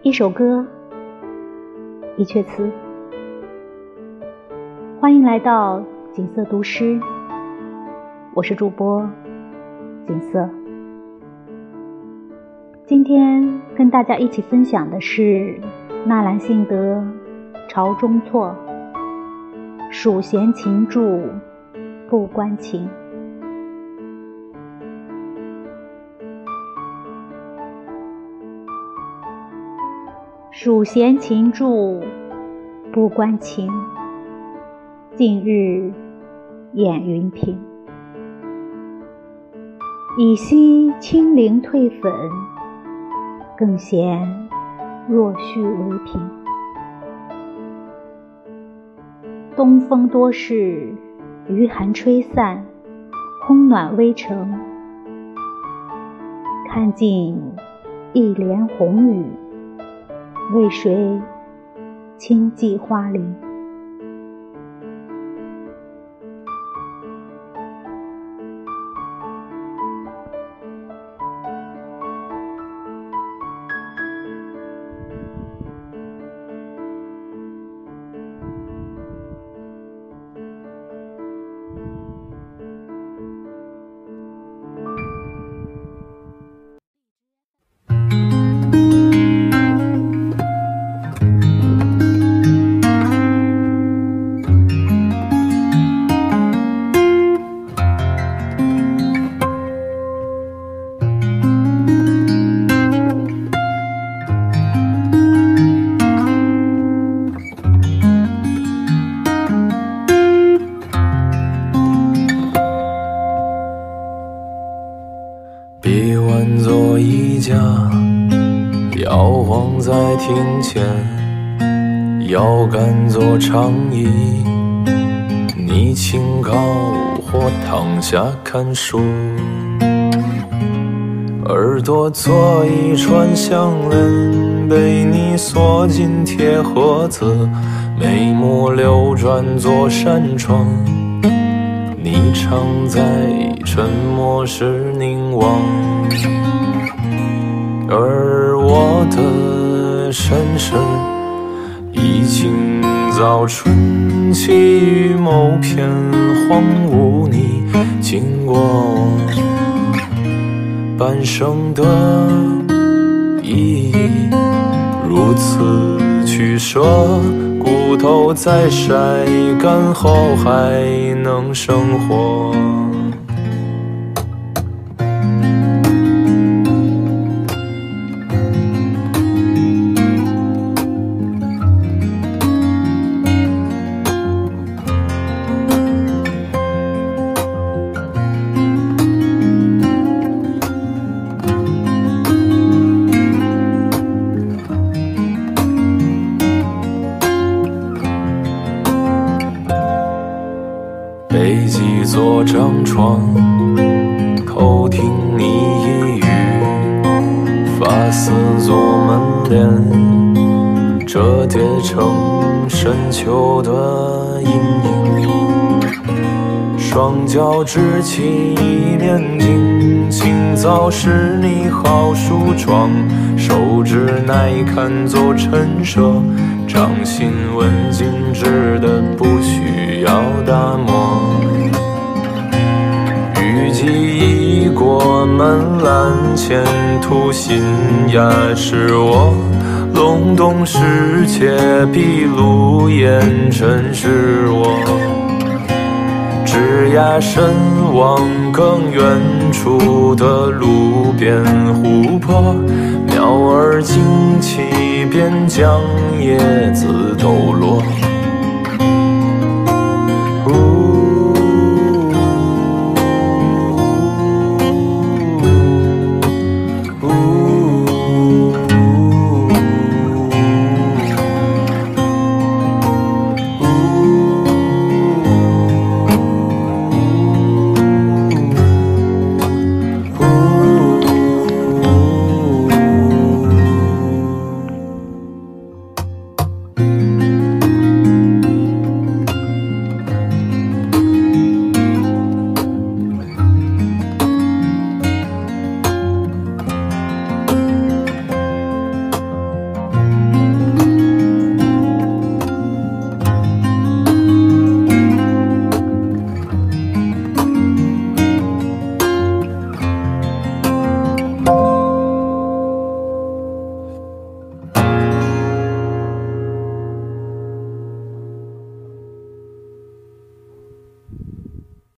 一首歌，一阙词。欢迎来到锦瑟读诗，我是主播锦瑟。今天跟大家一起分享的是纳兰性德《朝中错》，蜀弦琴柱不关情。蜀弦琴柱不关情，近日掩云屏。已惜清灵褪粉，更嫌若絮为凭。东风多事，余寒吹散，空暖微澄。看尽一帘红雨，为谁轻寄花林？ 别挽作一家，摇晃在庭前，腰杆作长椅，你清高或躺下看书，耳朵做一串项链，被你锁进铁盒子，眉目流转作扇窗，你常在沉默时凝望，而我的身世已经早春起于某片荒芜，你经过我半生的意义，如此取舍，骨头在晒干后还能生活。背几座张床，偷听你一语，发丝作门帘，折叠成深秋的阴影。双脚支起一面镜，清早是你好梳妆，手指耐看作陈设，掌心文静致的不需要打磨。雨季已过门栏前，途新芽是我隆冬时节闭路烟尘是我枝桠深望更远处的路边湖泊，鸟儿惊起边疆叶子抖落，